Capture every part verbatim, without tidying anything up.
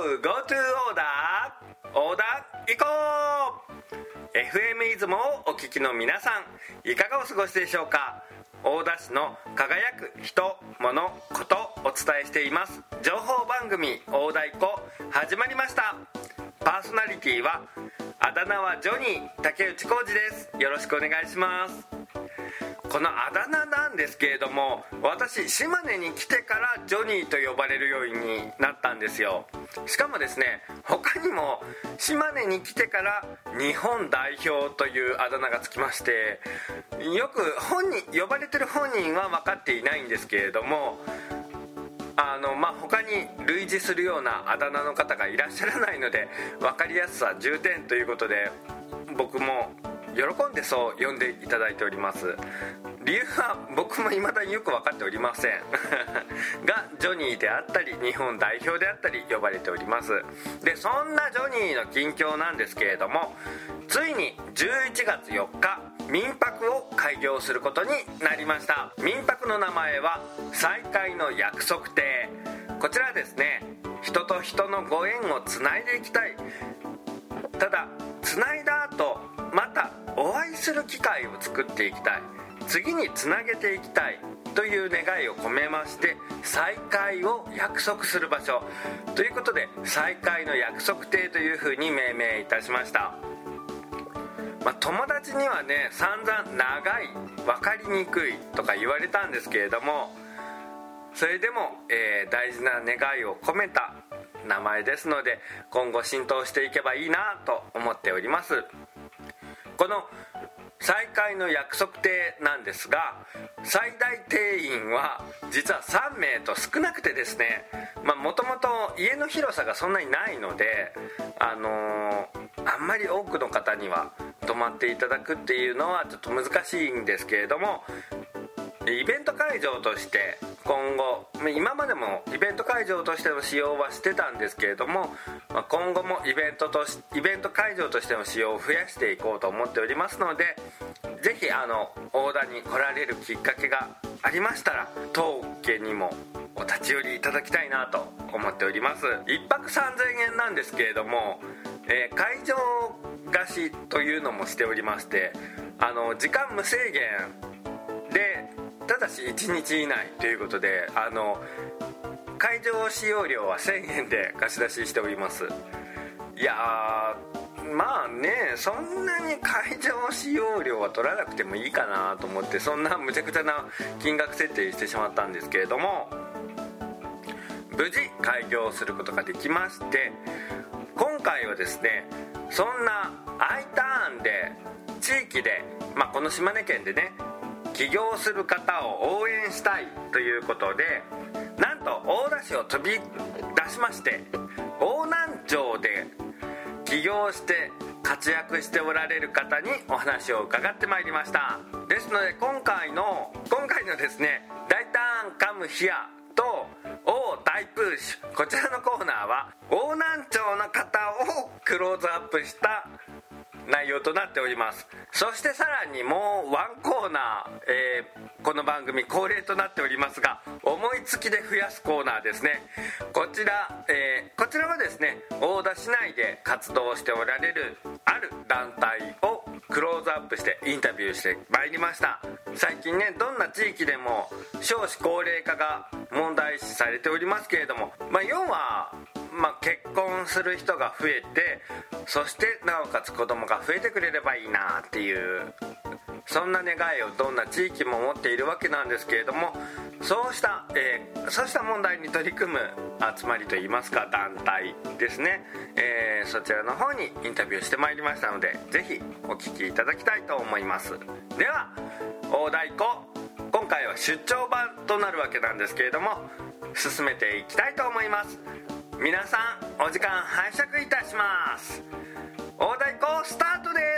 ー ゴートゥー オーダーオーダー行こう エフエム 出雲をお聞きの皆さん、いかがお過ごしでしょうか。大田市の輝く人物ことお伝えしています情報番組大田行こう始まりました。パーソナリティはあだ名はジョニー竹内浩二です。よろしくお願いします。このあだ名なんですけれども、私島根に来てからジョニーと呼ばれるようになったんですよ。しかもですね、他にも島根に来てから日本代表というあだ名がつきまして、よく本人呼ばれてる本人は分かっていないんですけれども、あの、まあ、他に類似するようなあだ名の方がいらっしゃらないので、分かりやすさじゅってんということで、僕も喜んでそう呼んでいただいております。理由は僕も未だによく分かっておりませんが、ジョニーであったり日本代表であったり呼ばれております。で、そんなジョニーの近況なんですけれども、ついにじゅういちがつよっか民泊を開業することになりました。民泊の名前は再会の約束亭。こちらですね、人と人のご縁をつないでいきたい、ただつないだ後またお会いする機会を作っていきたい、次につなげていきたいという願いを込めまして、再会を約束する場所ということで再会の約束亭というふうに命名いたしました。まあ、友達にはね、散々長い、分かりにくいとか言われたんですけれども、それでも、えー、大事な願いを込めた名前ですので、今後浸透していけばいいなと思っております。この再会の約束亭なんですが、最大定員は実はさんめいと少なくてですね、もともと家の広さがそんなにないので、あのー、あんまり多くの方には泊まっていただくっていうのはちょっと難しいんですけれども、イベント会場として今後、今までもイベント会場としての使用はしてたんですけれども、今後もイベントとしイベント会場としての使用を増やしていこうと思っておりますので、ぜひあの大田に来られるきっかけがありましたら、当家にもお立ち寄りいただきたいなと思っております。いっぱくさんぜんえんなんですけれども、えー、会場貸しというのもしておりまして、あの時間無制限で、ただしいちにち以内ということで、あの会場使用料はせんえんで貸し出ししております。いやー、まあね、そんなに会場使用料は取らなくてもいいかなと思って、そんなむちゃくちゃな金額設定してしまったんですけれども、無事開業することができまして、今回はですね、そんな I ターンで地域で、まあ、この島根県でね起業する方を応援したいということで、なんと大田市を飛び出しまして、大南町で起業して活躍しておられる方にお話を伺ってまいりました。ですので今回の今回のですね、大ターンカムヒアとオー大プッシュ、こちらのコーナーは大南町の方をクローズアップした内容となっております。そしてさらにもうワンコーナー、えー、この番組恒例となっておりますが、思いつきで増やすコーナーですね。こちら、えー、こちらはですね、大田市内で活動しておられるある団体をクローズアップしてインタビューしてまいりました。最近ね、どんな地域でも少子高齢化が問題視されておりますけれども、まあ、要はまあ、結婚する人が増えて、そしてなおかつ子供が増えてくれればいいなっていう、そんな願いをどんな地域も持っているわけなんですけれども、そうした、えー、そうした問題に取り組む集まりといいますか団体ですね、えー、そちらの方にインタビューしてまいりましたので、ぜひお聞きいただきたいと思います。では大太鼓、今回は出張版となるわけなんですけれども、進めていきたいと思います。皆さんお時間拝借いたします。大太鼓スタートです。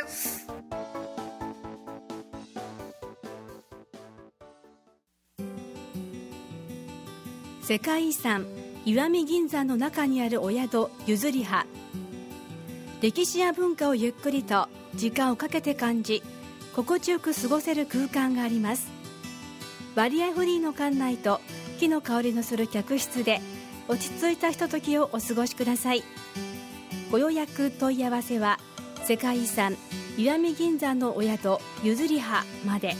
世界遺産石見銀山の中にあるお宿ゆずりは。歴史や文化をゆっくりと時間をかけて感じ、心地よく過ごせる空間があります。バリアフリーの館内と木の香りのする客室で落ち着いたひとときをお過ごしください。ご予約問い合わせは世界遺産石見銀山のお宿ゆずりはまで。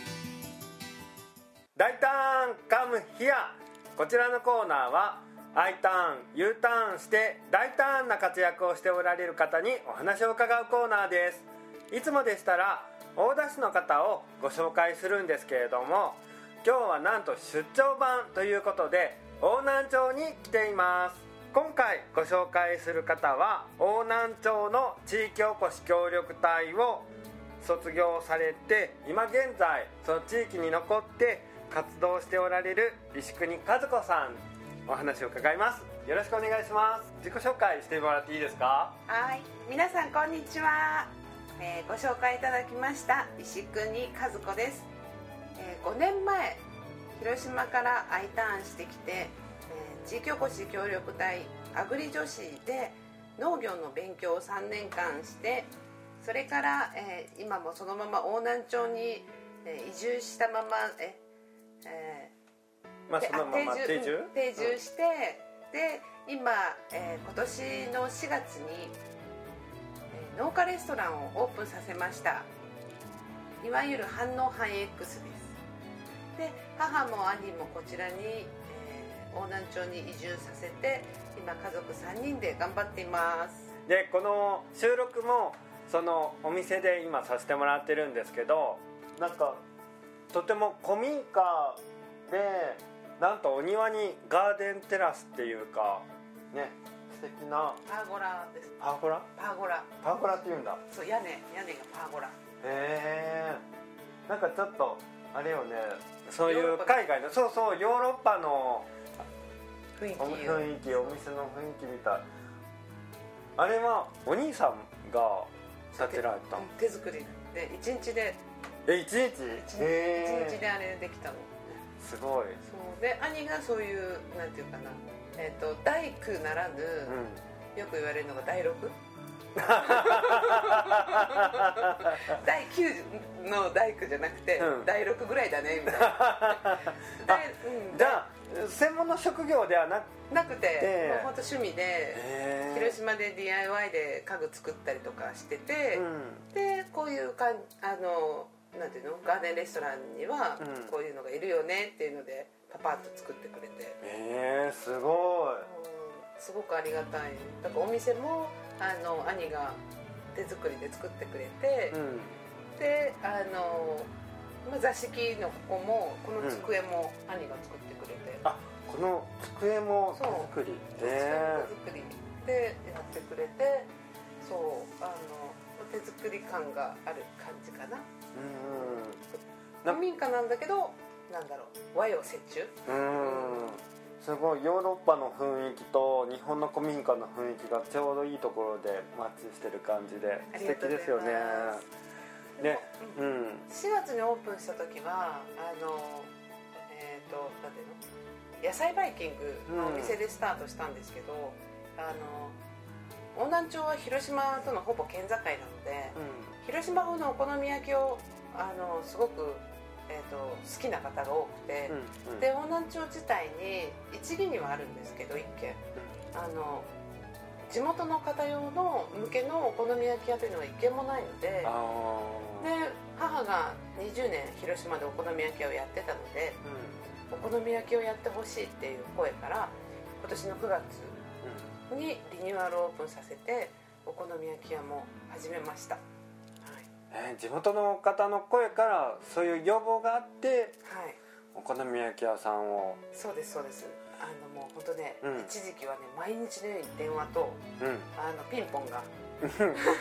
大ターンカムヒア。こちらのコーナーは I ターン U ターンして大ターンな活躍をしておられる方にお話を伺うコーナーです。いつもでしたら大田市の方をご紹介するんですけれども、今日はなんと出張版ということで邑南町に来ています。今回ご紹介する方は邑南町の地域おこし協力隊を卒業されて、今現在その地域に残って活動しておられる石国和子さん、お話を伺います。よろしくお願いします。自己紹介してもらっていいですか？ はい、皆さんこんにちは、えー、ご紹介いただきました石国和子です、えー、ごねんまえ広島から I ターンしてきて、えー、地域おこし協力隊アグリ女子で農業の勉強をさんねんかんして、それから、えー、今もそのまま邑南町に、えー、移住したままえ、えーまあ、そのまま定住定住して、うん、で今、えー、今年のしがつに、えー、農家レストランをオープンさせました。いわゆる半農半 X です。で母も兄もこちらに、えー、邑南町に移住させて、今家族さんにんで頑張っています。 でこの収録もそのお店で今させてもらってるんですけど、なんかとても古民家で、なんとお庭にガーデンテラスっていうかね、素敵なパーゴラです。 パーゴラパーゴラパーゴラっていうんだ。 そう、屋根屋根がパーゴラ。へえ、なんかちょっとあれよね、そういう海外の、そうそう、ヨーロッパの雰囲気雰囲気、お店の雰囲気みたい。あれはお兄さんが建てられた？ 手作りでいちにちで。 え、いちにち？ へー、いちにちであれできたの。 すごい。 そうで、兄がそういうなんていうかな、えっと大工ならぬ、うん、よく言われるのが大六だいきゅうの大工じゃなくて、うん、だいろくぐらいだねみたいなで、 うん、じゃあ専門の職業ではななくて、えー、もう本当趣味で広島で ディーアイワイ で家具作ったりとかしてて、うん、でこういうかあのなんていうの、ガーデンレストランにはこういうのがいるよねっていうのでパパッと作ってくれて、 えー、すごい、 うん、すごくありがたい。だからお店もあの兄が手作りで作ってくれて、うん、であの座敷のここもこの机も兄が作ってくれて、うん、 あ、この机も手作りで、手作りでやってくれて、そうあの手作り感がある感じかな。うん、古民家なんだけど、なんだろう、和洋折衷。うん、 すごいヨーロッパの雰囲気と日本の古民家の雰囲気がちょうどいいところでマッチしてる感じで素敵ですよね。 で、うん、しがつにオープンした時はあのえっ、ー、となんていうの、野菜バイキングのお店でスタートしたんですけど、うん、あの邑南町は広島とのほぼ県境なので、うん、広島風のお好み焼きをあのすごく、えーと、好きな方が多くて、うんうん、で邑南町自体に一義にはあるんですけど一軒、うん、あの地元の方用の向けのお好み焼き屋というのは一軒もないので、で母がにじゅうねん広島でお好み焼き屋をやってたので、うん、お好み焼きをやってほしいっていう声から今年のくがつにリニューアルオープンさせてお好み焼き屋も始めました。 えー、地元の方の声からそういう要望があって、はい、お好み焼き屋さんを。 そうですそうです。あのもう本当ね、うん、一時期はね毎日のように電話と、うん、あのピンポンがすごくて、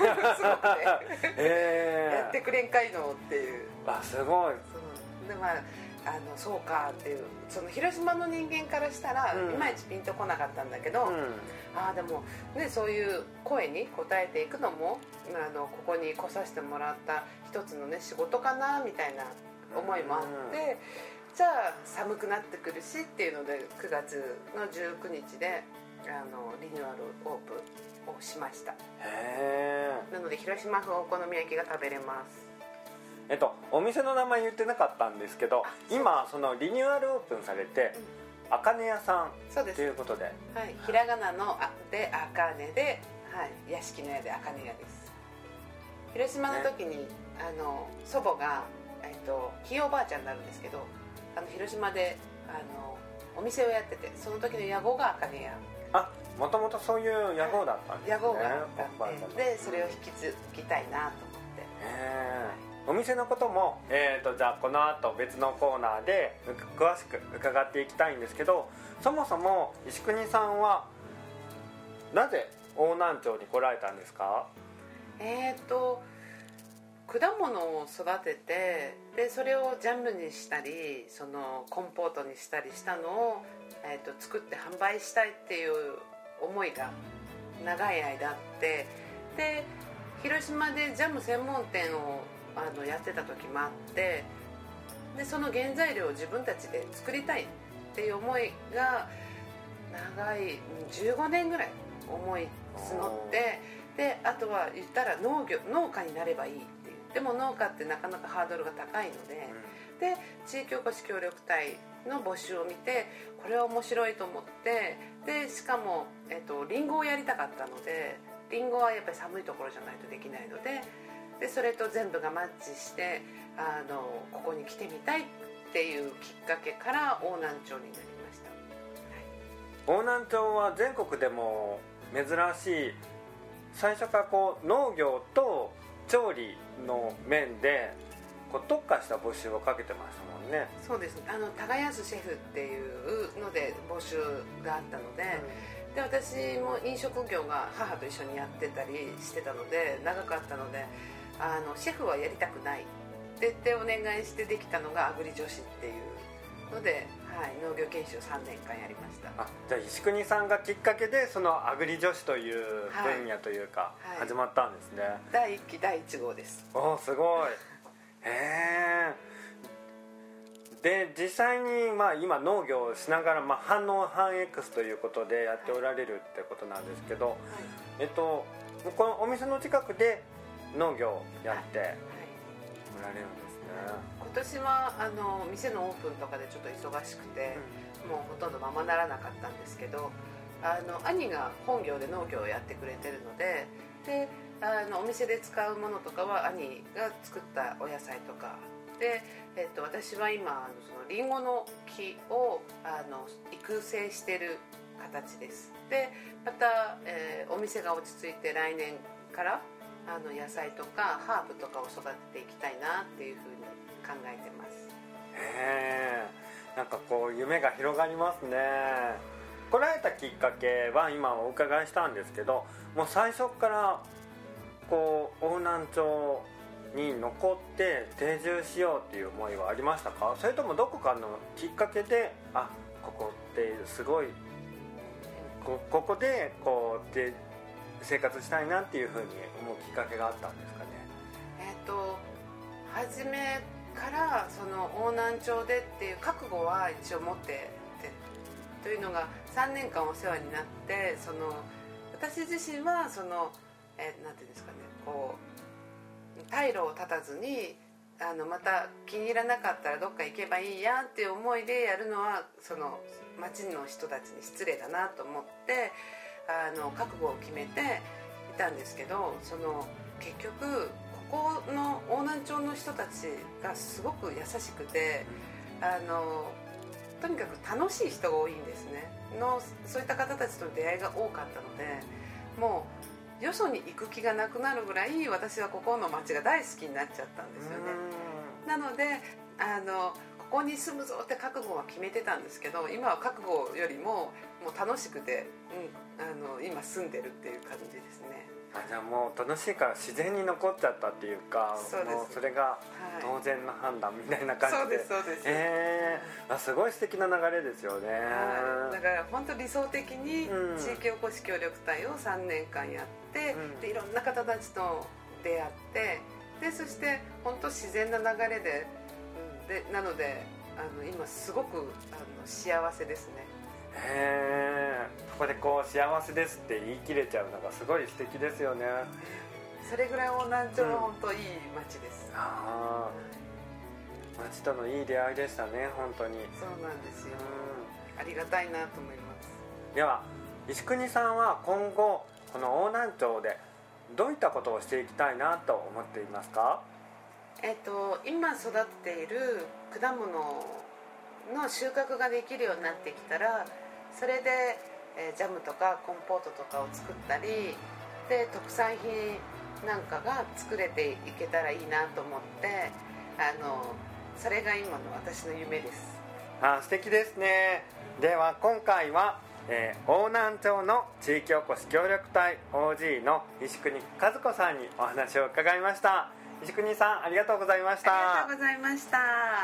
えー、やってくれんかいのっていう。 あ、すごい。 そうで、まああのそうかっていう、その広島の人間からしたら、うん、いまいちピンとこなかったんだけど、うん、ああでもね、そういう声に応えていくのもあのここに来させてもらった一つのね仕事かなみたいな思いもあって、うん、じゃあ寒くなってくるしっていうのでくがつのじゅうくにちであのリニューアルオープンをしました。へー。なので広島風お好み焼きが食べれます。 えっと、お店の名前言ってなかったんですけど、今そのリニューアルオープンされて、 あかね屋さんそうですということで、はい、 ひらがなのあであかねで、はい、屋敷の屋であかね屋です。広島の時に、ね、あの祖母が、えっと、ひいおばあちゃんになるんですけど、あの広島であのお店をやってて、その時の屋号があかね屋。 あ、もともとそういう屋号だったんですね。 屋号があったんで、でそれを引き継ぎたいなと思って。 へー、お店のことも、えー、とじゃあこの後別のコーナーで詳しく伺っていきたいんですけど、そもそも石国さんはなぜ邑南町に来られたんですか？ えーと果物を育てて、でそれをジャムにしたりそのコンポートにしたりしたのを、えー、と作って販売したいっていう思いが長い間あって、で広島でジャム専門店をあのやってた時もあって、でその原材料を自分たちで作りたいっていう思いが長いじゅうごねんぐらい思い募って、であとは言ったら農業農家になればいいっていう。でも農家ってなかなかハードルが高いので、うん、で地域おこし協力隊の募集を見て、これは面白いと思って、でしかも、えっと、リンゴをやりたかったので、リンゴはやっぱり寒いところじゃないとできないので、でそれと全部がマッチして、あのここに来てみたいっていうきっかけから邑南町になりました。 邑南町は全国でも珍しい、最初からこう農業と調理の面でこう特化した募集をかけてましたもんね。 そうです。あの耕すシェフっていうので募集があったので、うん、で私も飲食業が母と一緒にやってたりしてたので長かったので、あのシェフはやりたくないって言ってお願いしてできたのがアグリ女子っていうので、はい、農業研修をさんねんかんやりました。 あ、じゃあ石国さんがきっかけでそのアグリ女子という分野というか、はい、始まったんですね。 だいいっきだいいち号です。 おー、すごい。へー。で実際に、まあ、今農業をしながら、まあ、反農反 X ということでやっておられるってことなんですけど、はい、えっとこのお店の近くで農業をやっておられるんですね。 今年はあの店のオープンとかでちょっと忙しくて、うん、もうほとんどままならなかったんですけど、あの兄が本業で農業をやってくれてるので、であのお店で使うものとかは兄が作ったお野菜とかで、えっと、私は今そのリンゴの木をあの育成してる形です。でまた、えー、お店が落ち着いて来年からあの野菜とかハーブとかを育てていきたいなっていうふうに考えてます。 へー、なんかこう夢が広がりますね。来られたきっかけは今お伺いしたんですけど、もう最初からこう邑南町に残って定住しようっていう思いはありましたか？それともどこかのきっかけで、あ、ここってすごい こ, ここでこうで生活したいなっていうふうに思うきっかけがあったんですかね？ えっと初めからその邑南町でっていう覚悟は一応持ってて、というのがさんねんかんお世話になって、その私自身はその、えー、なんていうんですかね、こう退路を断たずに、あのまた気に入らなかったらどっか行けばいいやっていう思いでやるのはその町の人たちに失礼だなと思って、あの覚悟を決めていたんですけど、その結局ここの邑南町の人たちがすごく優しくて、あのとにかく楽しい人が多いんですねの、そういった方たちとの出会いが多かったので、もうよそに行く気がなくなるぐらい私はここの町が大好きになっちゃったんですよね。なのであのここに住むぞって覚悟は決めてたんですけど、今は覚悟よりももう楽しくて、うん、あの今住んでるっていう感じですね。 あ、じゃあもう楽しいから自然に残っちゃったっていうか、 そうです、 もうそれが当然の判断みたいな感じで、 そうですそうです、 えー、あ、すごい素敵な流れですよね。 だから本当理想的に地域おこし協力隊をさんねんかんやって、うん、でいろんな方たちと出会って、でそして本当自然な流れで、うん、でなのであの今すごくあの幸せですね。 へー、ここでこう幸せですって言い切れちゃうのがすごい素敵ですよね。 それぐらい邑南町は本当いい町です、うん、 あ、町とのいい出会いでしたね、本当に。 そうなんですよ、 うん、 ありがたいなと思います。 では石国さんは今後この邑南町でどういったことをしていきたいなと思っていますか？ えっと、今育てている果物の収穫ができるようになってきたら、それで、えー、ジャムとかコンポートとかを作ったりで特産品なんかが作れていけたらいいなと思って、あのそれが今の私の夢です。 あ、素敵ですね。では今回は、えー、邑南町の地域おこし協力隊 オージー の石国和子さんにお話を伺いました。石国さん、ありがとうございました。 ありがとうございました。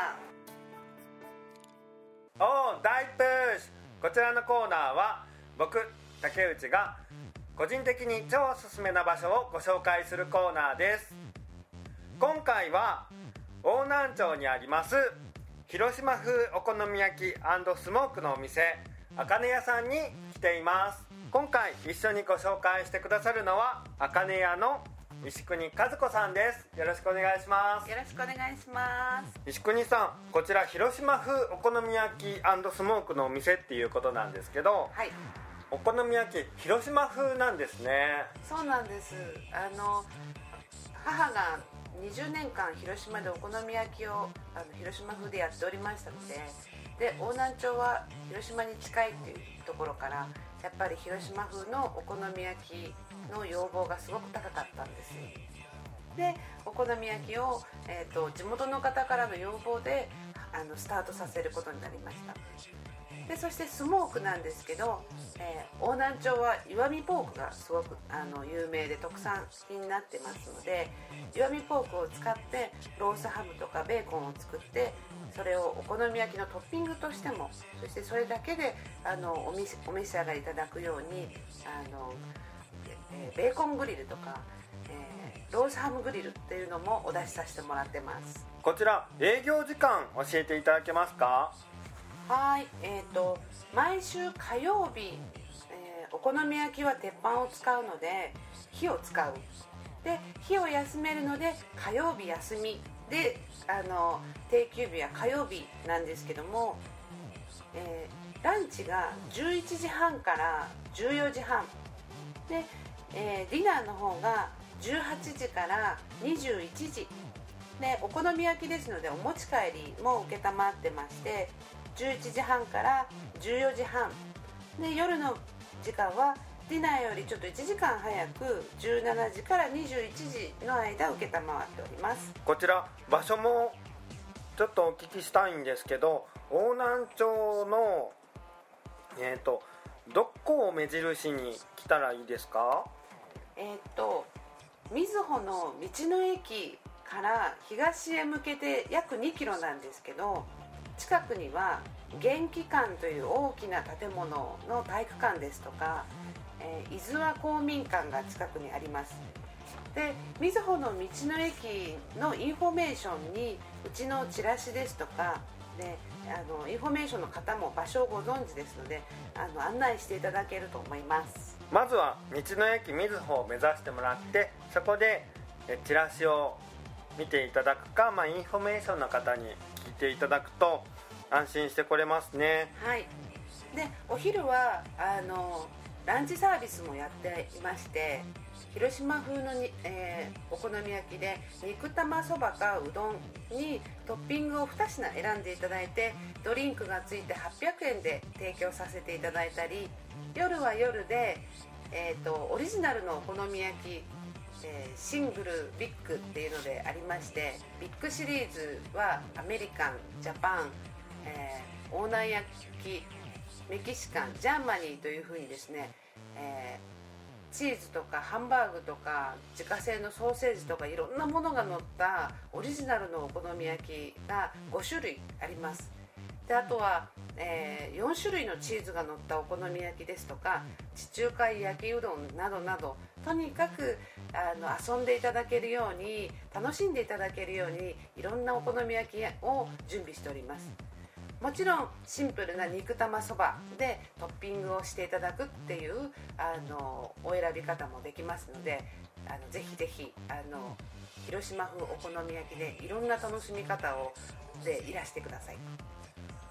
おー大プッシュ。こちらのコーナーは僕竹内が個人的に超おすすめな場所をご紹介するコーナーです。今回は邑南町にあります広島風お好み焼き&スモークのお店あかね屋さんに来ています。今回一緒にご紹介してくださるのはあかね屋の石国和子さんです。よろしくお願いします。 よろしくお願いします。 石国さん、こちら広島風お好み焼き&スモークのお店っていうことなんですけど、 はい、 お好み焼き広島風なんですね。 そうなんです。あの母がにじゅうねんかん広島でお好み焼きをあの広島風でやっておりましたので、で邑南町は広島に近いっていうところからやっぱり広島風のお好み焼きの要望がすごく高かったんです。でお好み焼きを、えーと、地元の方からの要望であのスタートさせることになりました。でそしてスモークなんですけど、えー、邑南町は石見ポークがすごくあの有名で特産品になってますので、石見ポークを使ってロースハムとかベーコンを作って、それをお好み焼きのトッピングとしても、そしてそれだけであのお召しお召し上がりいただくようにあの、えー、ベーコングリルとか、えー、ロースハムグリルっていうのもお出しさせてもらってます。 こちら営業時間教えていただけますか？ はい、えーと、毎週火曜日、えー、お好み焼きは鉄板を使うので火を使う。で火を休めるので火曜日休みで、あの定休日は火曜日なんですけども、えー、ランチがじゅういちじはんからじゅうよじはんで、えー、ディナーの方がじゅうはちじからにじゅういちじで、お好み焼きですのでお持ち帰りも承ってまして、じゅういちじはんからじゅうよじはんで、夜の時間はディナーよりちょっといちじかん早くじゅうしちじからにじゅういちじの間承っております。 こちら場所もちょっとお聞きしたいんですけど、邑南町のえっとどこを目印に来たらいいですか？ えっと瑞穂の道の駅から東へ向けて約にキロなんですけど、近くには元気館という大きな建物の体育館ですとか、えー、伊豆和公民館が近くにあります。で瑞穂の道の駅のインフォメーションにうちのチラシですとかで、あのインフォメーションの方も場所をご存知ですので、あの案内していただけると思います。 まずは道の駅瑞穂を目指してもらって、そこでえチラシを見ていただくか、まあ、インフォメーションの方に聞いていただくと安心してこれますね。 はい。でお昼はあのランチサービスもやっていまして、広島風のに、えー、お好み焼きで肉玉そばかうどんにトッピングをに品選んでいただいて、ドリンクがついてはっぴゃくえんで提供させていただいたり、夜は夜で、えー、とオリジナルのお好み焼き、えー、シングルビッグっていうのでありまして、ビッグシリーズはアメリカン、ジャパン、えー、オーナー焼き、メキシカン、ジャーマニーというふうにですね、えー、チーズとかハンバーグとか自家製のソーセージとかいろんなものが乗ったオリジナルのお好み焼きがごしゅるいあります。であとは、えー、よんしゅるいのチーズが乗ったお好み焼きですとか、地中海焼きうどんなどなど、とにかくあの遊んでいただけるように、楽しんでいただけるようにいろんなお好み焼きを準備しております。もちろんシンプルな肉玉そばでトッピングをしていただくっていうあのお選び方もできますので、あのぜひぜひあの広島風お好み焼きでいろんな楽しみ方をでいらしてください。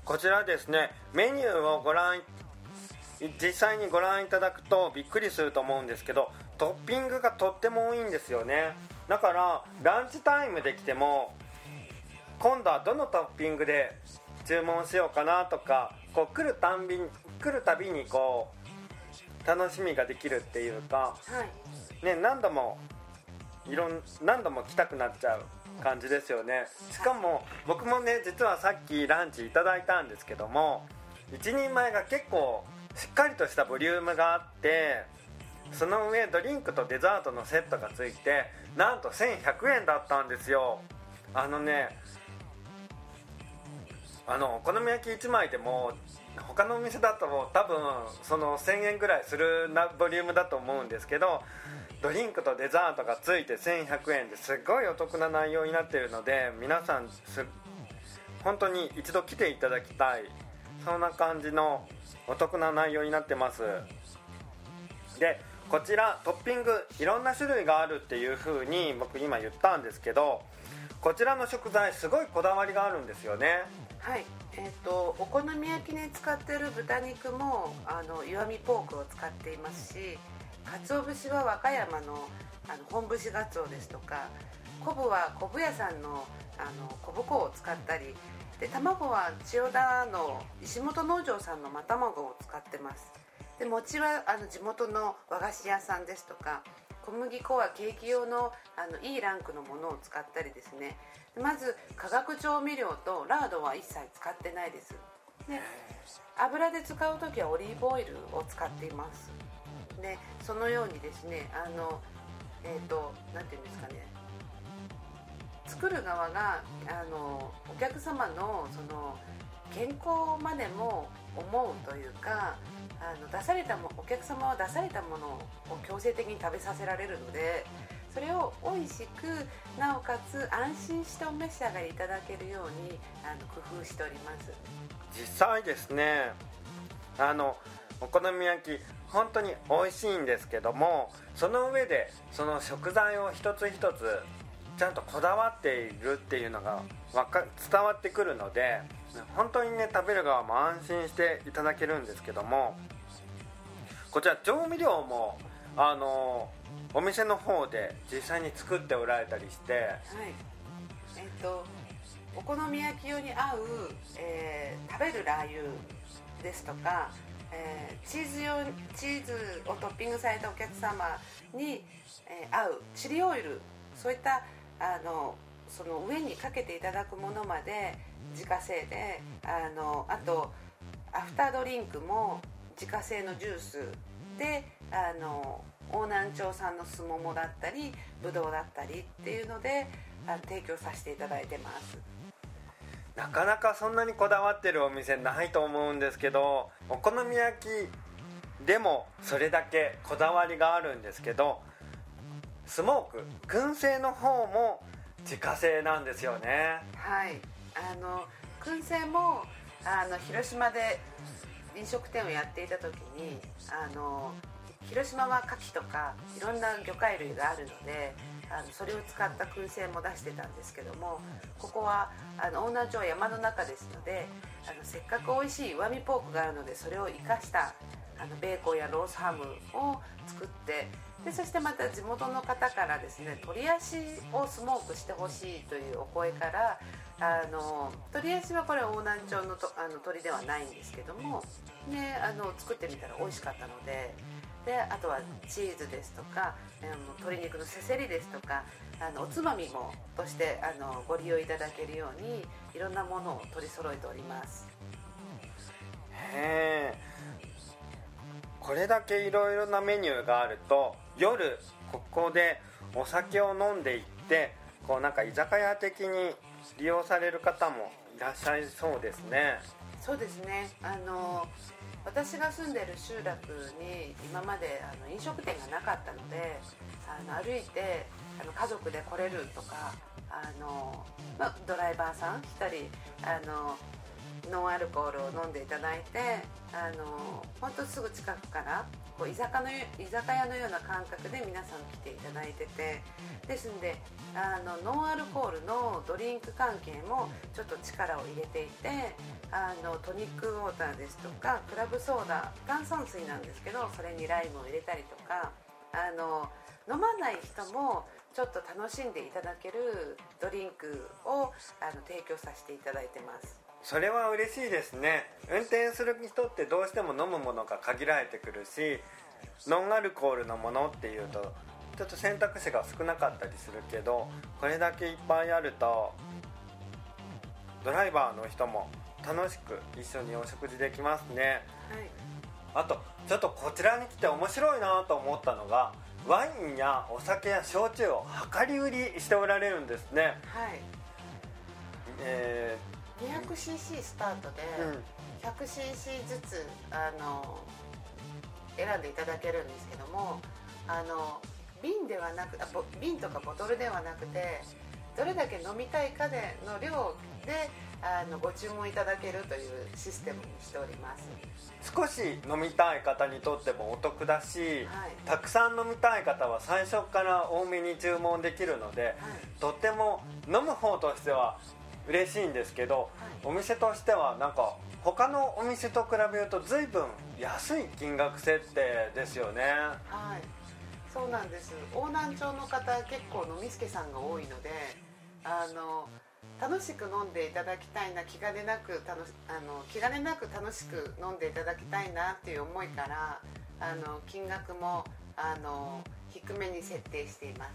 こちらですね、メニューをご覧実際にご覧いただくとびっくりすると思うんですけど、トッピングがとっても多いんですよね。だからランチタイムで来ても今度はどのトッピングで注文しようかなとか、こう来るたんびに来るたびにこう楽しみができるっていうか、 はいね、何度もいろん何度も来たくなっちゃう感じですよね。しかも僕もね、実はさっきランチいただいたんですけども、いちにんまえが結構しっかりとしたボリュームがあって、その上ドリンクとデザートのセットがついてなんとせんひゃくえんだったんですよ。あのね、あのお好み焼きいちまいでも他のお店だと多分そのせんえんぐらいするなボリュームだと思うんですけど、ドリンクとデザートがついてせんひゃくえんですごいお得な内容になっているので、皆さんす本当に一度来ていただきたい、そんな感じのお得な内容になってます。でこちらトッピングいろんな種類があるっていう風に僕今言ったんですけど、こちらの食材すごいこだわりがあるんですよね。 はい、えーと、お好み焼きに使っている豚肉もあの石見ポークを使っていますし、鰹節は和歌山のあの本節ガツオですとか、昆布は昆布屋さんのあの昆布粉を使ったりで、卵は千代田の石本農場さんの真卵を使ってます。で餅はあの地元の和菓子屋さんですとか、小麦粉はケーキ用のあのいいランクのものを使ったりですね。まず化学調味料とラードは一切使ってないです。で油で使う時はオリーブオイルを使っています。でそのようにですね、あのえっとなんていうんですかね、作る側があのお客様のその健康までも思うというか、あの出されたもお客様は出されたものを強制的に食べさせられるので、それを美味しくなおかつ安心してお召し上がりいただけるようにあの工夫しております。 実際ですね、あのお好み焼き本当に美味しいんですけども、その上でその食材を一つ一つちゃんとこだわっているっていうのがわか伝わってくるので、本当にね食べる側も安心していただけるんですけども、こちら調味料もあのお店の方で実際に作っておられたりして、はい、 えっとお好み焼き用に合う、えー、食べるラー油ですとか、えー、チーズ用チーズをトッピングされたお客様に、えー、合うチリオイル、そういったあのその上にかけていただくものまで自家製で、あのあとアフタードリンクも自家製のジュースで、あの大南町産のすももだったりぶどうだったりっていうのであ提供させていただいてます。 なかなかそんなにこだわってるお店ないと思うんですけど、お好み焼きでもそれだけこだわりがあるんですけど、スモーク燻製の方も自家製なんですよね。 はい、あの燻製もあの広島で飲食店をやっていた時に、あの広島は牡蠣とかいろんな魚介類があるので、あのそれを使った燻製も出してたんですけども、ここはあの大南町は山の中ですので、あのせっかく美味しい石見ポークがあるので、それを生かしたあのベーコンやロースハムを作って、でそしてまた地元の方からですね、鶏足をスモークしてほしいというお声から、あの鶏足はこれ大南町のとあの鶏ではないんですけども、であの作ってみたら美味しかったので、であとはチーズですとか、あの鶏肉のせせりですとか、あのおつまみもとしてあのご利用いただけるようにいろんなものを取り揃えております。 へー、これだけいろいろなメニューがあると、夜ここでお酒を飲んでいって、こうなんか居酒屋的に利用される方もいらっしゃいそうですね。 そうですね、あの私が住んでる集落に今まであの飲食店がなかったので、あの歩いてあの家族で来れるとか、あの、まあ、ドライバーさん一人あのノンアルコールを飲んでいただいて、あの本当すぐ近くからこう居酒屋の居酒屋のような感覚で皆さん来ていただいてて、ですんであのノンアルコールのドリンク関係もちょっと力を入れていて、あのトニックウォーターですとかクラブソーダ、炭酸水なんですけどそれにライムを入れたりとか、あの飲まない人もちょっと楽しんでいただけるドリンクをあの提供させていただいてます。 それは嬉しいですね。運転する人ってどうしても飲むものが限られてくるし、ノンアルコールのものっていうとちょっと選択肢が少なかったりするけど、これだけいっぱいあるとドライバーの人も楽しく一緒にお食事できますね。はい、あとちょっとこちらに来て面白いなと思ったのが、ワインやお酒や焼酎を量り売りしておられるんですね。 はい、えーにひゃくシーシー スタートで ひゃくシーシー ずつあの選んでいただけるんですけども、あの瓶ではなくあ瓶とかボトルではなくて、どれだけ飲みたいかでの量であのご注文いただけるというシステムにしております。 少し飲みたい方にとってもお得だし、はい、たくさん飲みたい方は最初から多めに注文できるので、はい、とっても飲む方としては嬉しいんですけど、はい、お店としてはなんか他のお店と比べると随分安い金額設定ですよね。 はい、そうなんです。邑南町の方結構飲みすけさんが多いので、あの楽しく飲んでいただきたいな、気兼ねなく楽しあの気兼ねなく楽しく飲んでいただきたいなっていう思いから、あの金額もあの低めに設定しています。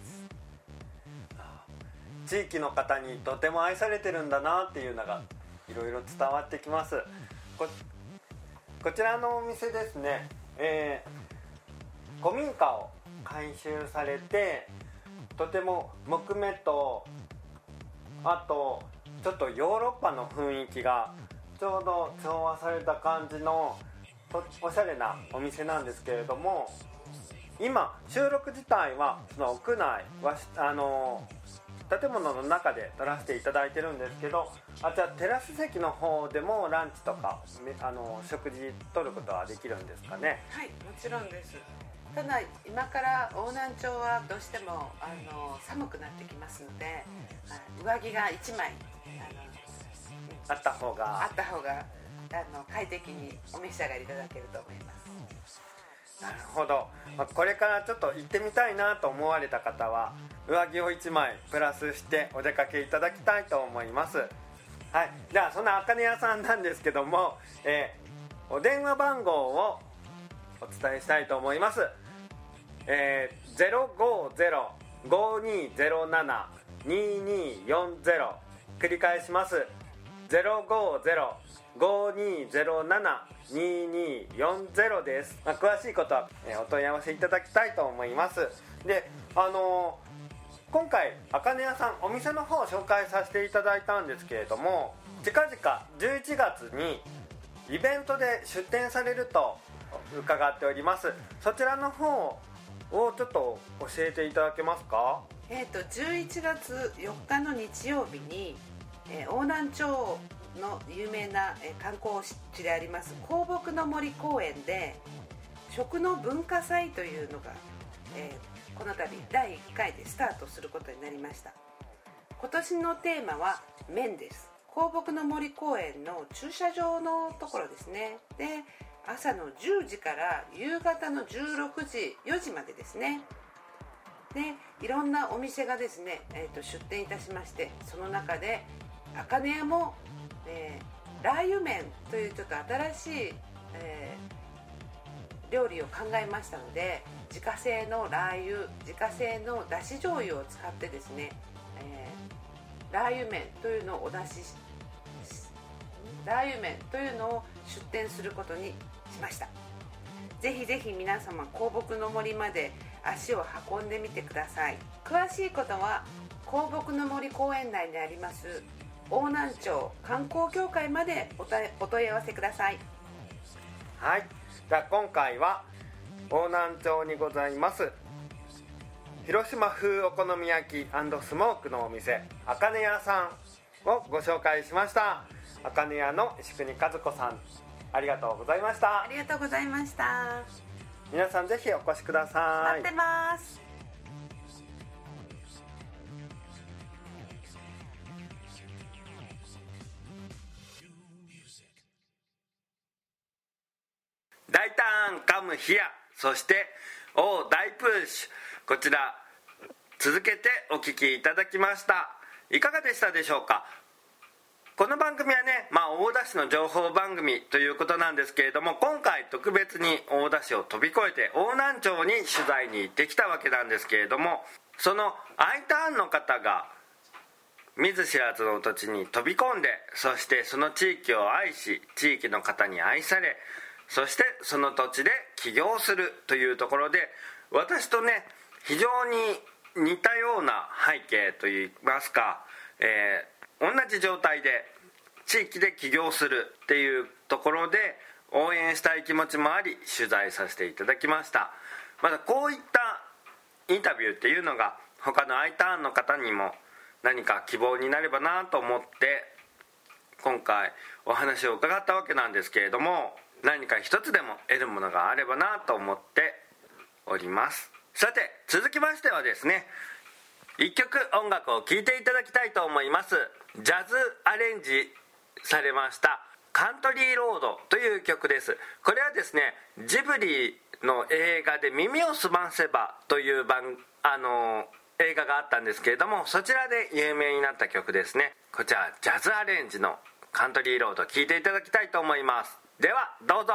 地域の方にとても愛されてるんだなっていうのがいろいろ伝わってきます。 こ, こちらのお店ですね、えー、古民家を改修されて、とても木目とあとちょっとヨーロッパの雰囲気がちょうど調和された感じのとおしゃれなお店なんですけれども、今収録自体はその屋内はあの建物の中で撮らせていただいてるんですけど、あじゃあテラス席の方でもランチとかあの食事取ることはできるんですかね。 はい、もちろんです。ただ今から邑南町はどうしてもあの寒くなってきますので、上着がいちまいあのあった方があった方があの快適にお召し上がりいただけると思います。 なるほど、まあ、これからちょっと行ってみたいなと思われた方は上着をいちまいプラスしてお出かけいただきたいと思います。はい、じゃあそんなあかね屋さんなんですけども、えー、お電話番号をお伝えしたいと思います。えー、ゼロごゼロ ごにゼロなな にによんゼロ、繰り返します。ゼロごゼロ ごにゼロなな にによんゼロです。まあ、詳しいことは、えー、お問い合わせいただきたいと思います。で、あのー、今回あかね屋さんお店の方を紹介させていただいたんですけれども、近々じゅういちがつにイベントで出店されると伺っております。そちらの方をちょっと教えていただけますか。 えーと、じゅういちがつよっかの日曜日に、えー、邑南町の有名な、えー、観光地であります香木の森公園で食の文化祭というのが、えー、この度だいいっかいでスタートすることになりました。今年のテーマは麺です。香木の森公園の駐車場のところですね。で、朝のじゅうじから夕方のじゅうろくじ、よじまでですね。で、いろんなお店がですね、えーと、出店いたしまして、その中であかね屋も、えー、ラー油麺というちょっと新しい、えー、料理を考えましたので、自家製のラー油、自家製のだし醤油を使ってですね、えー、ラー油麺というのをお出ししラー油麺というのを出店することにしました。ぜひぜひ皆様香木の森まで足を運んでみてください。詳しいことは香木の森公園内にあります邑南町観光協会までお問い合わせください。 はい、じゃあ今回は邑南町にございます広島風お好み焼き&スモークのお店あかね屋さんをご紹介しました。あかね屋の石国和子さん、ありがとうございました。 ありがとうございました。 皆さんぜひお越しください。 待ってます。 大胆カムヒア、そしてオー大プッシュ、こちら続けてお聞きいただきました。いかがでしたでしょうか。この番組はね、まあ、大田市の情報番組ということなんですけれども、今回特別に大田市を飛び越えて邑南町に取材に行ってきたわけなんですけれども、その I ターンの方が見ず知らずの土地に飛び込んで、そしてその地域を愛し、地域の方に愛され、そしてその土地で起業するというところで、私とね非常に似たような背景といいますか、えー同じ状態で地域で起業するっていうところで応援したい気持ちもあり取材させていただきました。またこういったインタビューっていうのが他の I ターンの方にも何か希望になればなと思って今回お話を伺ったわけなんですけれども、何か一つでも得るものがあればなと思っております。さて続きましてはですね、一曲音楽を聴いていただきたいと思います。ジャズアレンジされましたカントリーロードという曲です。これはですね、ジブリの映画で耳をすませばという番あの映画があったんですけれども、そちらで有名になった曲ですね。こちらジャズアレンジのカントリーロード聴いていただきたいと思います。ではどうぞ。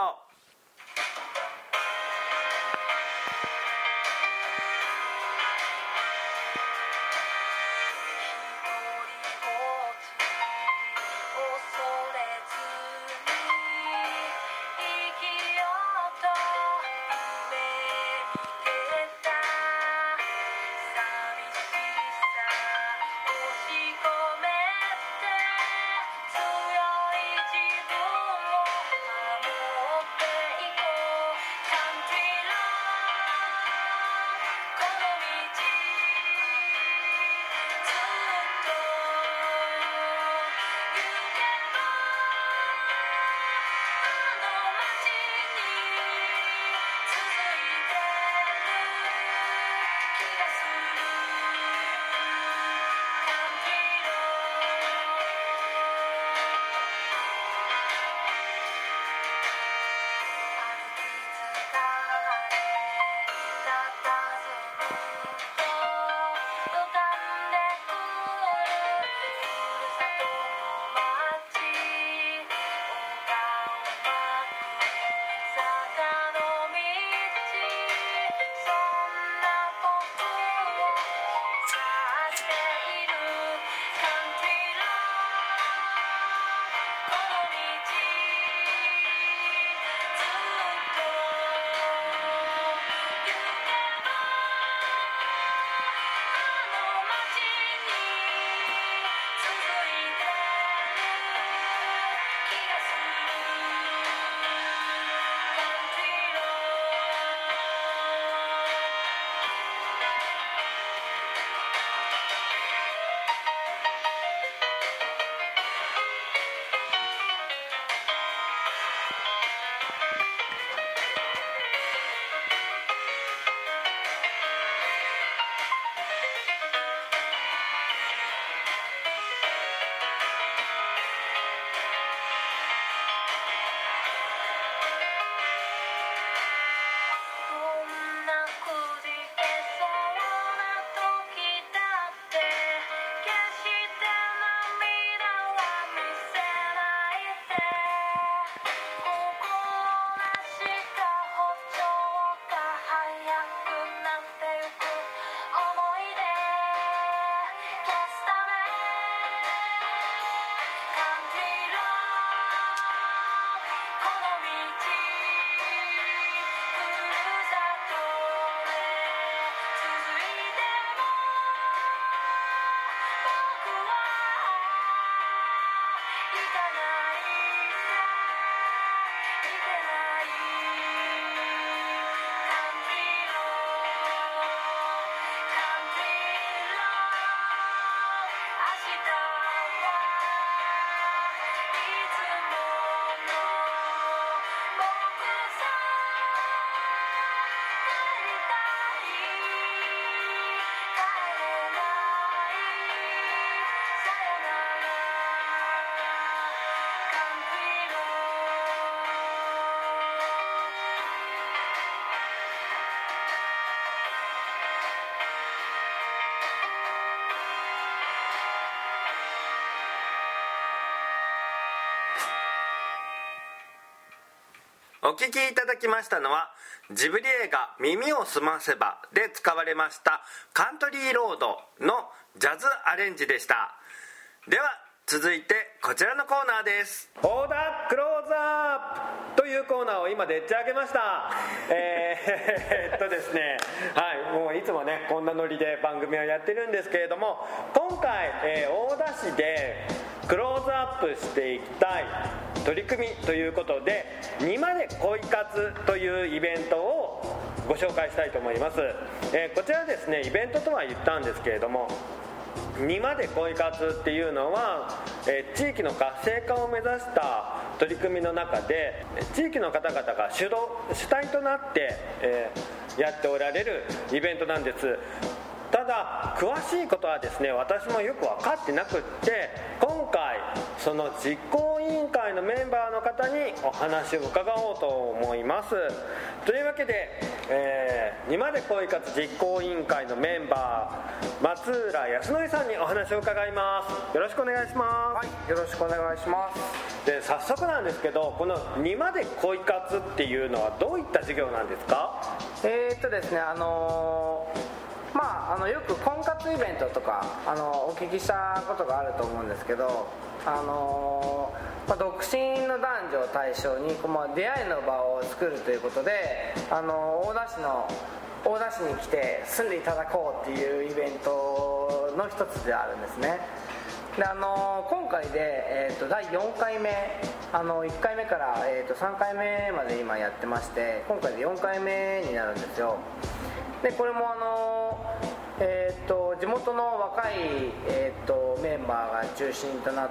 お聴きいただきましたのはジブリ映画「耳をすませば」で使われましたカントリーロードのジャズアレンジでした。では続いてこちらのコーナーです。オーダークローズアップというコーナーを今でっち上げました。えー、っとですねはいもういつもねこんなノリで番組をやってるんですけれども、今回、えー、大田市でクローズアップしていきたい取り組みということでにまで恋活というイベントをご紹介したいと思います。えー、こちらですねイベントとは言ったんですけれども、にまで恋活っていうのは、えー、地域の活性化を目指した取り組みの中で地域の方々が主導主体となって、えー、やっておられるイベントなんです。ただ詳しいことはですね私もよく分かってなくって、今回その実行委員会のメンバーの方にお話を伺おうと思います。というわけで、えー、にまで恋活実行委員会のメンバー松浦康則さんにお話を伺います。よろしくお願いします。 はい、よろしくお願いします。 で早速なんですけど、このにまで恋活っていうのはどういった授業なんですか？ えーっとですねあのーまあ、あのよく婚活イベントとかあのお聞きしたことがあると思うんですけど、あのーまあ、独身の男女を対象にこう、まあ、出会いの場を作るということで、あの大田市の大田市に来て住んでいただこうっていうイベントの一つであるんですね。であのー、今回で、えー、とだいよんかいめ、あのいっかいめから、えー、とさんかいめまで今やってまして、今回でよんかいめになるんですよ。でこれもあの、えー、と地元の若い、えー、とメンバーが中心となって、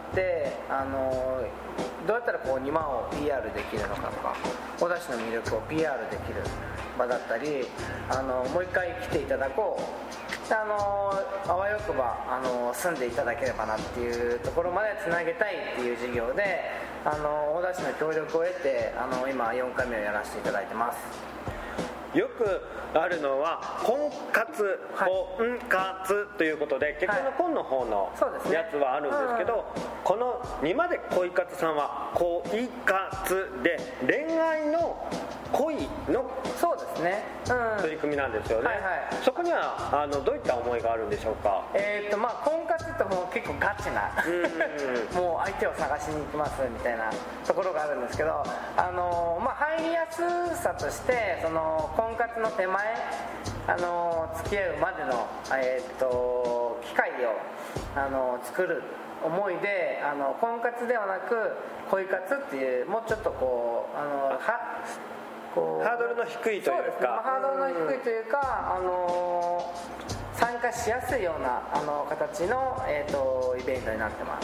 あのどうやったらこうにまを ピーアール できるのかとか、大田市の魅力を ピーアール できる場だったり、あのもう一回来ていただこう、であのあわよくばあの住んでいただければなっていうところまでつなげたいっていう事業で、あの大田市の協力を得て、あの今よんかいめをやらせていただいてます。 よくあるのは婚活、婚活ということで、結婚の婚の方のやつはあるんですけど、このにまで恋活さんは恋活で恋愛の恋のそうですね、 うん、取り組みなんですよね。はいはい、そこにはあのどういった思いがあるんでしょうか？ えーとまあ、婚活ってもう結構ガチなもう相手を探しに行きますみたいなところがあるんですけど、あの、まあ、入りやすさとしてその婚活の手前、あの付き合うまでの、えーと機会をあの作る思いで、あの婚活ではなく恋活っていうもうちょっとこうあのはこうハードルの低いというか、 そうですね、まあ、ハードルの低いというか、あの参加しやすいようなあの形の、えーと、イベントになってます。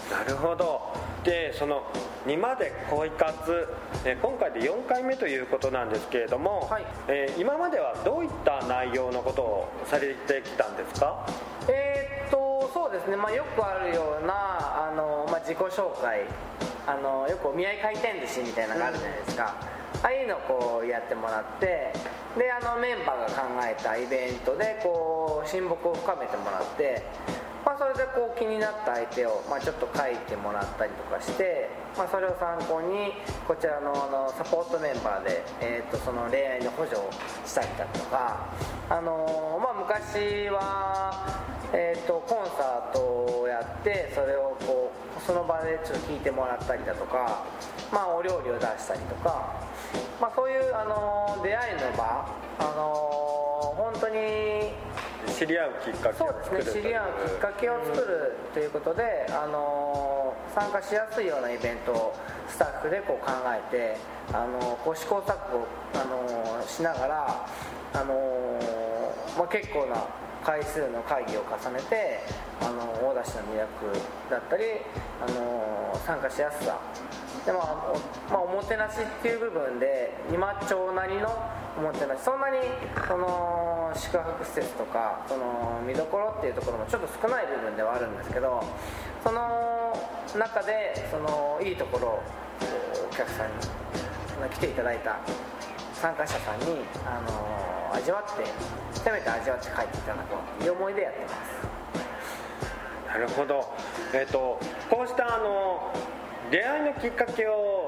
なるほど。でそのにまで恋活、え今回でよんかいめということなんですけれども、はい、えー、今まではどういった内容のことをされてきたんですか？ えー、っとそうですね、まあ、よくあるようなあの、まあ、自己紹介、あのよくお見合い回転寿司みたいなのがあるじゃないですか、うん、ああいうのをこうやってもらって、であのメンバーが考えたイベントでこう親睦を深めてもらって、まあ、それでこう気になった相手を、まあ、ちょっと書いてもらったりとかして、まあ、それを参考にこちら の, あのサポートメンバーで、えー、とその恋愛の補助をしたりだとか、あのーまあ、昔は、えー、とコンサートをやってそれをこうその場でちょっと聞いてもらったりだとか、まあ、お料理を出したりとか、まあ、そういう、あのー、出会いの場、あのー、本当に知り合うきっかけを作る、 そうですね、知り合うきっかけを作るということで、あのー、参加しやすいようなイベントをスタッフでこう考えて、あのー、こう試行錯誤、あのー、しながら、あのーまあ、結構な回数の会議を重ねて、あのー、大田市の魅力だったり、あのー、参加しやすさで、まあおまあ、おもてなしっていう部分でにま町なりのおもてなし、そんなにその宿泊施設とかその見どころっていうところもちょっと少ない部分ではあるんですけど、その中でそのいいところをお客さんに来ていただいた参加者さんに、あの味わって、せめて味わって帰っていただこうという思いでやってます。 なるほど。えーと、こうしたあの出会いのきっかけを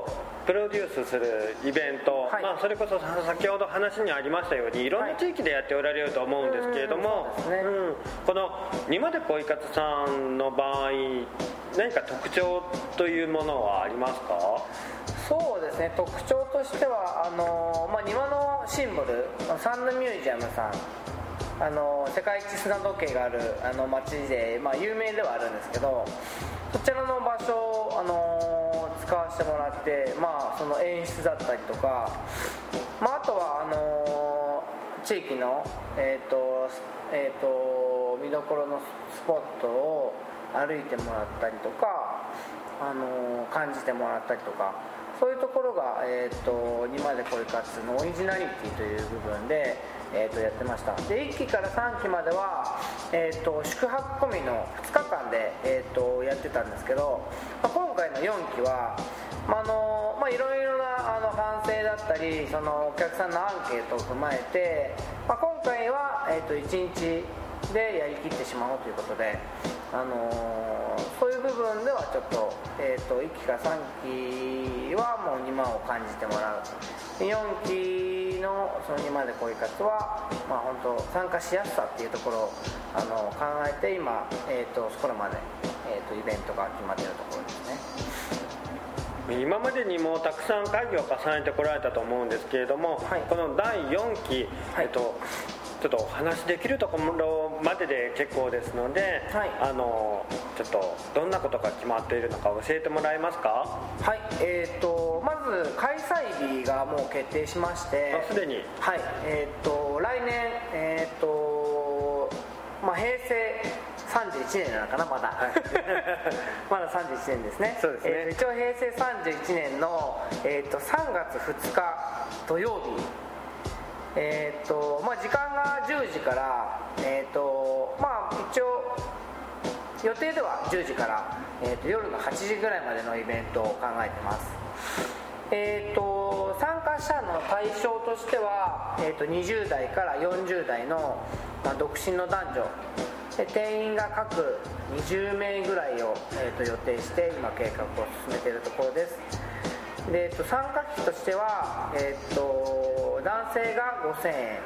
プロデュースするイベント、はい、まあ、それこそ先ほど話にありましたようにいろんな地域でやっておられると思うんですけれども、はい、うん、このにまで恋活さんの場合何か特徴というものはありますか？ そうですね、特徴としてはあの、まあ、庭のシンボルサンドミュージアムさん、あの世界一砂時計があるあの街で、まあ、有名ではあるんですけど、そちらの場所を、あの使わせてもらって、まあ、その演出だったりとか、まあ、あとはあの地域の、えーとえーと、見どころのスポットを歩いてもらったりとか、あの感じてもらったりとか、そういうところが、えーと、にまで恋活のオリジナリティという部分で、えーと、やってました。でいっきからさんきまでは、えーと、宿泊込みのふつかかんで、えーと、やってたんですけど、まあ、今回のよんきは、まああのまあ、いろいろなあの反省だったり、そのお客さんのアンケートを踏まえて、まあ、今回は、えーと、いちにちでやりきってしまおうということで、あのー、そういう部分ではちょっと、えーと、いっきからさんきはもうにまを感じてもらう、でよんきのそのにまで恋活は、まあ、本当参加しやすさっていうところをあの考えて今、えーと、そこらまで、えーと、イベントが決まっているところですね。 今までにもたくさん会議を重ねてこられたと思うんですけれども、はい、このだいよんき、はい、えっとちょっとお話できるところまでで結構ですので、はい、あのちょっとどんなことが決まっているのか教えてもらえますか？ はい、えー、とまず開催日がもう決定しまして、 すでに、 はい、えー、と来年、えーとまあ、平成さんじゅういちねんなのかな、まだ、はい、まださんじゅういちねんですね。 そうですね、 えー、一応平成さんじゅういちねんの、えー、とさんがつふつか土曜日、えーとまあ、時間がじゅうじから、えーとまあ、一応予定ではじゅうじから、えー、と夜のはちじぐらいまでのイベントを考えてます。えーと参加者の対象としては、えー、とにじゅうだいからよんじゅうだいの、まあ、独身の男女で、定員が各にじゅうめいぐらいを、えー、と予定して今計画を進めているところです。で、えー、と参加費としては、えー、と男性がごせんえ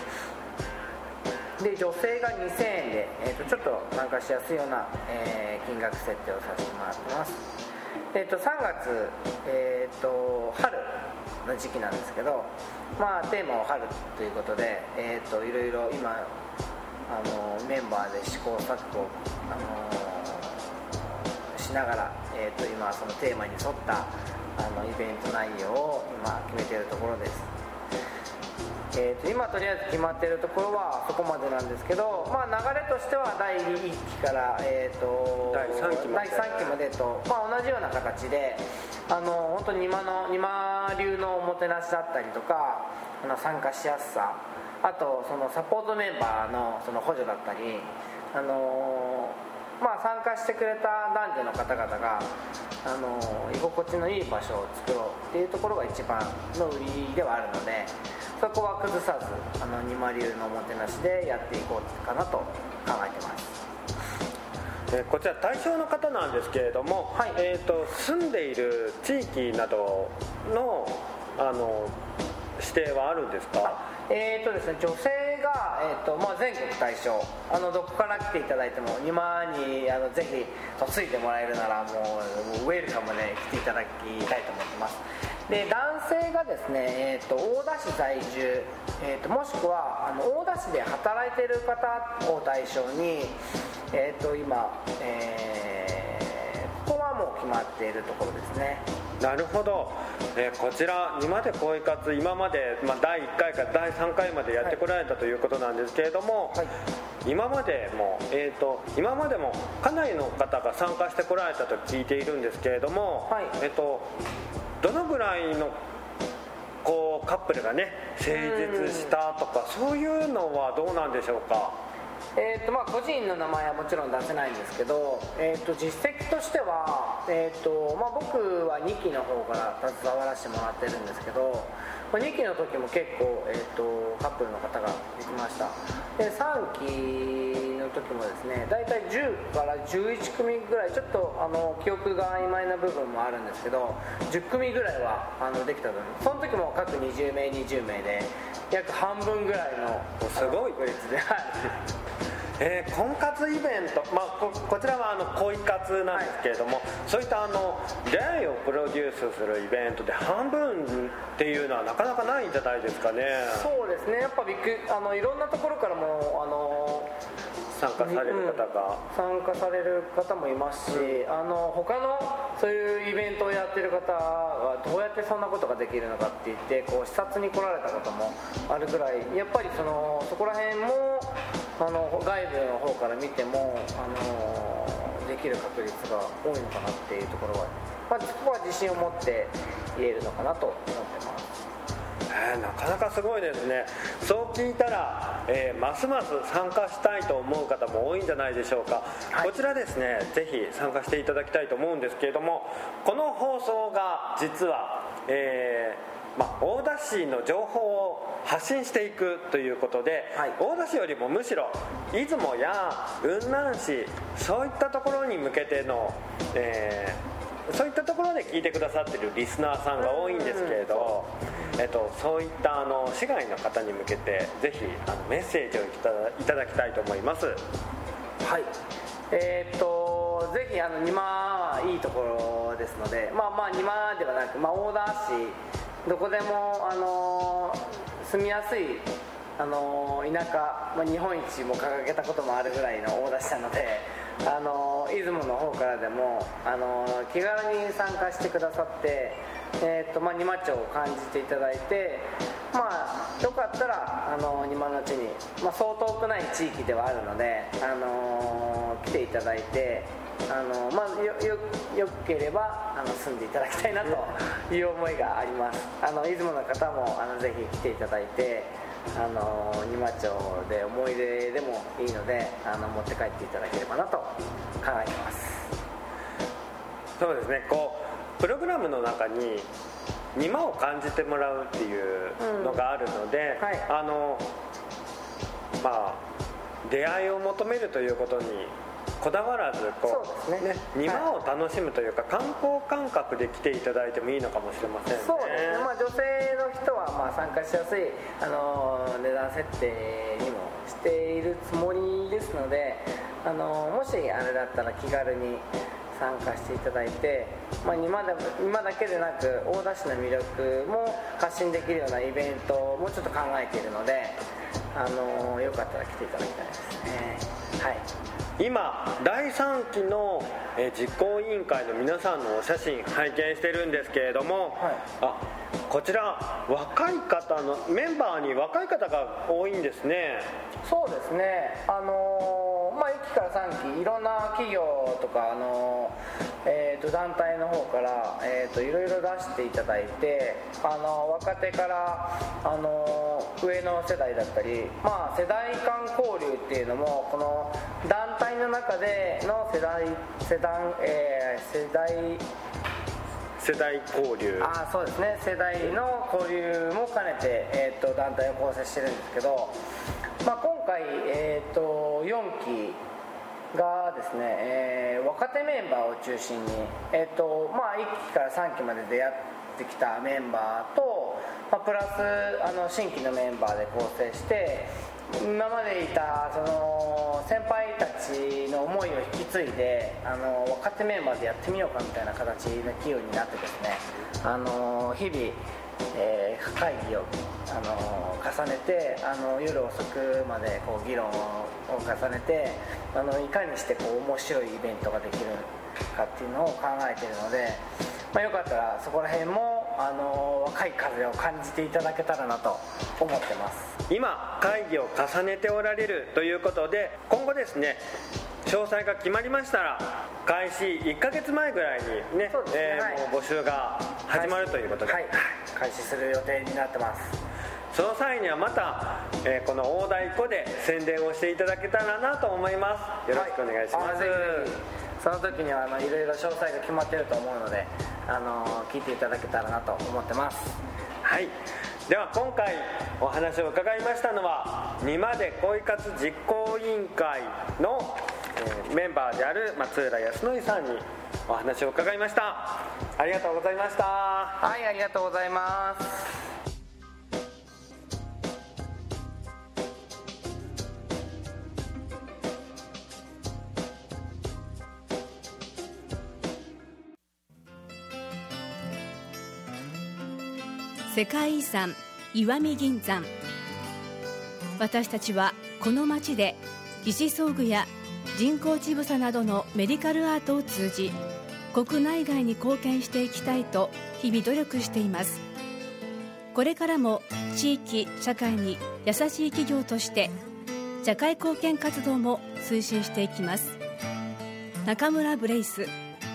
んで女性がにせんえんで、えー、とちょっと参加しやすいような、えー、金額設定をさせてもらってます。えー、とさんがつ、えー、と春の時期なんですけど、まあ、テーマは春ということで、えー、といろいろ今あのメンバーで試行錯誤、あのしながら、えー、と今そのテーマに沿ったあのイベント内容を今決めているところです。えー、と今とりあえず決まっているところはそこまでなんですけど、まあ、流れとしてはだいいっきから、えー、とだいさんきまで、 だいさんきまでと、まあ、同じような形で、あの本当に今の今流のおもてなしだったりとか、あの参加しやすさ、あとそのサポートメンバー の, その補助だったり、あのまあ、参加してくれた男女の方々が、あの居心地のいい場所を作ろうっていうところが一番の売りではあるので、そこは崩さず、あのにま流のおもてなしでやっていこうかなと考えてます。 えこちら対象の方なんですけれども、はい、えー、と住んでいる地域など の, あの指定はあるんですか？ えーとですね、女性が、えーとまあ、全国対象、あのどこから来ていただいてもにまにあのぜひ嫁いでもらえるならもうウェルカムで来ていただきたいと思ってます。で男性がですね、えー、と大田市在住、えー、ともしくはあの大田市で働いている方を対象に、えー、と今、えー、ここはもう決まっているところですね。 なるほど、えー、こちらにまで恋活、今まで、まあ、だいいっかいからだいさんかいまでやってこられたということなんですけれども、はい、今までも、えーと、今までもかなりの方が参加してこられたと聞いているんですけれども、はい、えーと、どのぐらいのこうカップルがね成立したとか、そういうのはどうなんでしょうか？ えーとまあ、個人の名前はもちろん出せないんですけど、えー、と実績としては、えーとまあ、僕はにきの方から携わらせてもらってるんですけど、にきの時も結構、えー、とカップルの方ができました。でさんきのの時もですね、だいたいじゅうからじゅういち組ぐらい、ちょっとあの記憶が曖昧な部分もあるんですけど、じゅっ組ぐらいはあのできたと思います。その時も各にじゅうめいにじゅうめいで約半分ぐらいのすごい確率でえー、婚活イベント、まあ、こ, こちらはあの恋活なんですけれども、はい、そういったあの出会いをプロデュースするイベントで半分っていうのはなかなかないんじゃないですかね。 そうですね、やっぱびっくり、あのいろんなところからもあの参加される方が、 うん、参加される方もいますし、うん、あの他のそういうイベントをやってる方はどうやってそんなことができるのかって言ってこう視察に来られた方もあるぐらい、やっぱりそのそこら辺もあの外部の方から見てもあのできる確率が多いのかなっていうところは、まあ、そこは自信を持って言えるのかなと思ってます。 えー、なかなかすごいですね。そう聞いたら、えー、ますます参加したいと思う方も多いんじゃないでしょうか、はい、こちらですね、ぜひ参加していただきたいと思うんですけれども、この放送が実は、えーまあ、大田市の情報を発信していくということで、はい、大田市よりもむしろ出雲や雲南市、そういったところに向けての、えー、そういったところで聞いてくださっているリスナーさんが多いんですけれど、えっと、そういったあの市外の方に向けてぜひあのメッセージをいただ、いただきたいと思います。はい、 えー、っとぜひあの庭はいいところですので、まあまあ庭ではなく、まあ、大田市どこでもあの住みやすいあの田舎、まあ、日本一も掲げたこともあるぐらいの大田市なので、あの出雲の方からでもあの気軽に参加してくださって、えーとまあ、仁摩町を感じていただいて、まあ、よかったらあの仁摩の地に、まあ、そう遠くない地域ではあるので、あの来ていただいて、あの、まあ、よ, よ, よければあの住んでいただきたいなという思いがあります。あの出雲の方もあのぜひ来ていただいて、あの仁摩町で思い出でもいいのであの持って帰っていただければなと考えてます。 そうですね、こうプログラムの中に仁摩を感じてもらうっていうのがあるので、うんはい、あのまあ出会いを求めるということにこだわらずこう、ねね、仁摩を楽しむというか、はい、観光感覚で来ていただいてもいいのかもしれませんね。 そうですね、まあ、女性の人はまあ参加しやすいあの値段設定にもしているつもりですので、あのもしあれだったら気軽に参加していただいて、まあ、今だ、今だけでなく大田市の魅力も発信できるようなイベントもちょっと考えているので、あのよかったら来ていただきたいですね。はい、 今だいさんきの実行委員会の皆さんのお写真拝見してるんですけれども、はい、あこちら若い方のメンバーに若い方が多いんですね。 そうですね、あのーまあ、いっきからさんきいろんな企業とか、あのーえー、と団体の方から、えー、といろいろ出していただいて、あのー若手から、あのー上の世代だったり、まあ、世代間交流っていうのもこの団体の中での世代世代、えー、世代世代交流あそうですね世代の交流も兼ねて、えー、と団体を構成してるんですけど、まあ、今回、えー、とよんきがですね、えー、若手メンバーを中心に、えーとまあ、いっきからさんきまで出会ってきたメンバーと、まあ、プラスあの新規のメンバーで構成して、今までいたその先輩たちの思いを引き継いで、あの若手メンバーでやってみようかみたいな形の企業になってですね、あの日々、えー、会議を、あの重ねて、あの夜遅くまでこう議論を重ねて、あのいかにしてこう面白いイベントができるかっていうのを考えているので、まあ、よかったらそこら辺も、あの若い風を感じていただけたらなと思ってます。 今会議を重ねておられるということで、今後ですね詳細が決まりましたら開始いっかげつまえぐらいにね、ねえーはい、もう募集が始まるということで、 はい、開始する予定になってます。 その際にはまた、えー、この大太鼓で宣伝をしていただけたらなと思います。よろしくお願いします。 はい、その時にはあのいろいろ詳細が決まっていると思うので、あの聞いていただけたらなと思ってます。 はい、 では今回お話を伺いましたのはにまで恋活実行委員会の、えー、メンバーである松浦康則さんにお話を伺いました。ありがとうございました。 はい、ありがとうございます。 世界遺産石見銀山。私たちはこの町で義肢装具や人工乳房などのメディカルアートを通じ国内外に貢献していきたいと日々努力しています。これからも地域社会に優しい企業として社会貢献活動も推進していきます。中村ブレイス。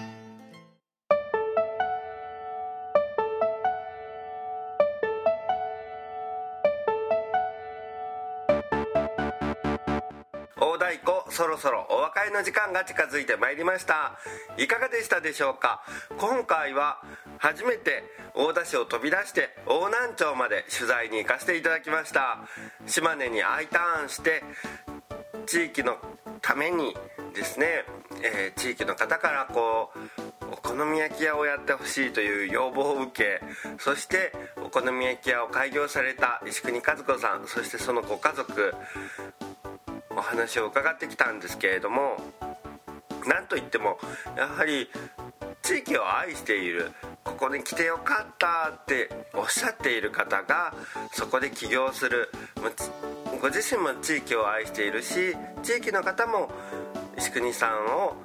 大太鼓、そろそろお別れの時間が近づいてまいりました。いかがでしたでしょうか。今回は初めて大田市を飛び出して大南町まで取材に行かせていただきました。島根に I ターンして地域のためにですね、えー、地域の方からこうお好み焼き屋をやってほしいという要望を受け、そしてお好み焼き屋を開業された石国和子さん、そしてそのご家族、お話を伺ってきたんですけれども、なんといってもやはり地域を愛している、ここに来てよかったっておっしゃっている方がそこで起業する、ご自身も地域を愛しているし、地域の方も石国さんを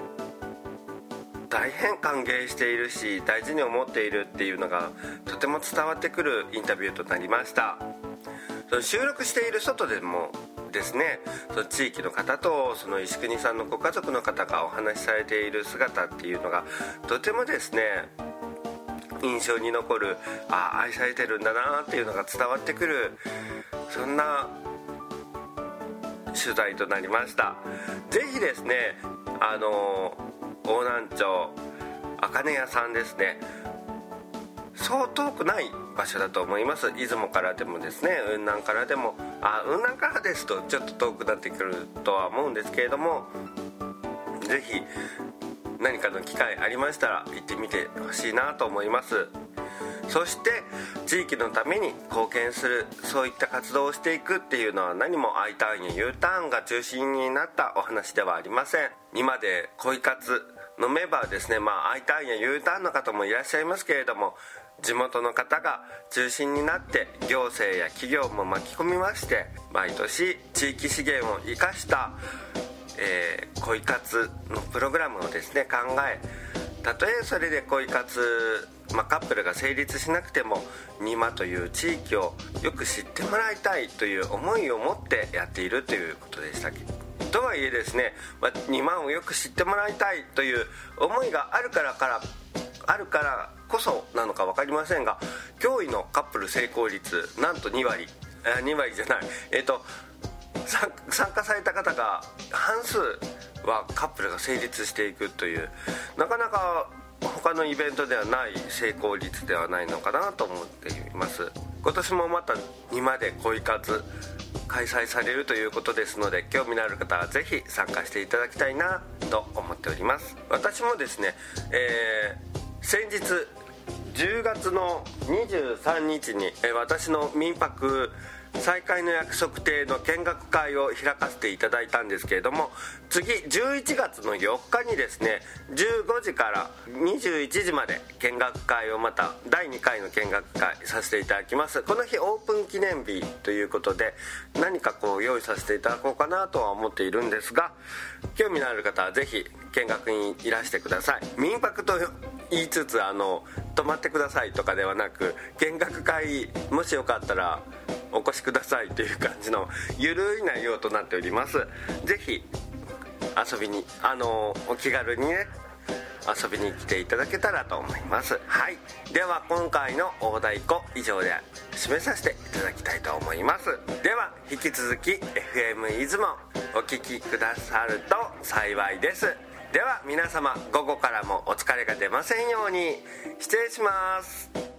大変歓迎しているし大事に思っているっていうのがとても伝わってくるインタビューとなりました。その収録している外でもですね、その地域の方とその石国さんのご家族の方がお話しされている姿っていうのがとてもですね印象に残る、あ、愛されてるんだなっていうのが伝わってくる、そんな取材となりました。ぜひですね、あの大南町あかね屋さんですね、そう遠くない場所だと思います。出雲からでもですね、雲南からでも、あ、雲南からですとちょっと遠くなってくるとは思うんですけれども、ぜひ何かの機会ありましたら行ってみてほしいなと思います。そして地域のために貢献する、そういった活動をしていくっていうのは何も I ターンや U ターンが中心になったお話ではありません。今で恋活のメンバーですね、まあ I ターンや U ターンの方もいらっしゃいますけれども、地元の方が中心になって行政や企業も巻き込みまして、毎年地域資源を生かした、えー、恋活のプログラムをですね考え、たとえそれで恋活、まあ、カップルが成立しなくてもにまという地域をよく知ってもらいたいという思いを持ってやっているということでした。とはいえですね、まあ、にまんをよく知ってもらいたいという思いがあるからからあるからこそなのか分かりませんが、驚異のカップル成功率なんとにわり、えにわりじゃない、えっと参加された方が半数はカップルが成立していくという、なかなか他のイベントではない成功率ではないのかなと思っています。今年もまたにまで恋活開催されるということですので、興味のある方はぜひ参加していただきたいなと思っております。私もですね、えー、先日じゅうがつのにじゅうさんにちに、えー、私の民泊再開の約束亭の見学会を開かせていただいたんですけれども、次じゅういちがつのよっかにですねじゅうごじからにじゅういちじまで見学会をまただいにかいの見学会させていただきます。この日オープン記念日ということで何かこう用意させていただこうかなとは思っているんですが、興味のある方はぜひ見学にいらしてください。民泊と言いつつあの泊まってくださいとかではなく、見学会もしよかったらお越しくださいという感じのゆるい内容となっております。ぜひ遊びにあのお気軽にね遊びに来ていただけたらと思います。はい、では今回の大太鼓以上で締めさせていただきたいと思います。では引き続き エフエム 出雲お聞きくださると幸いです。では皆様午後からもお疲れが出ませんように。失礼します。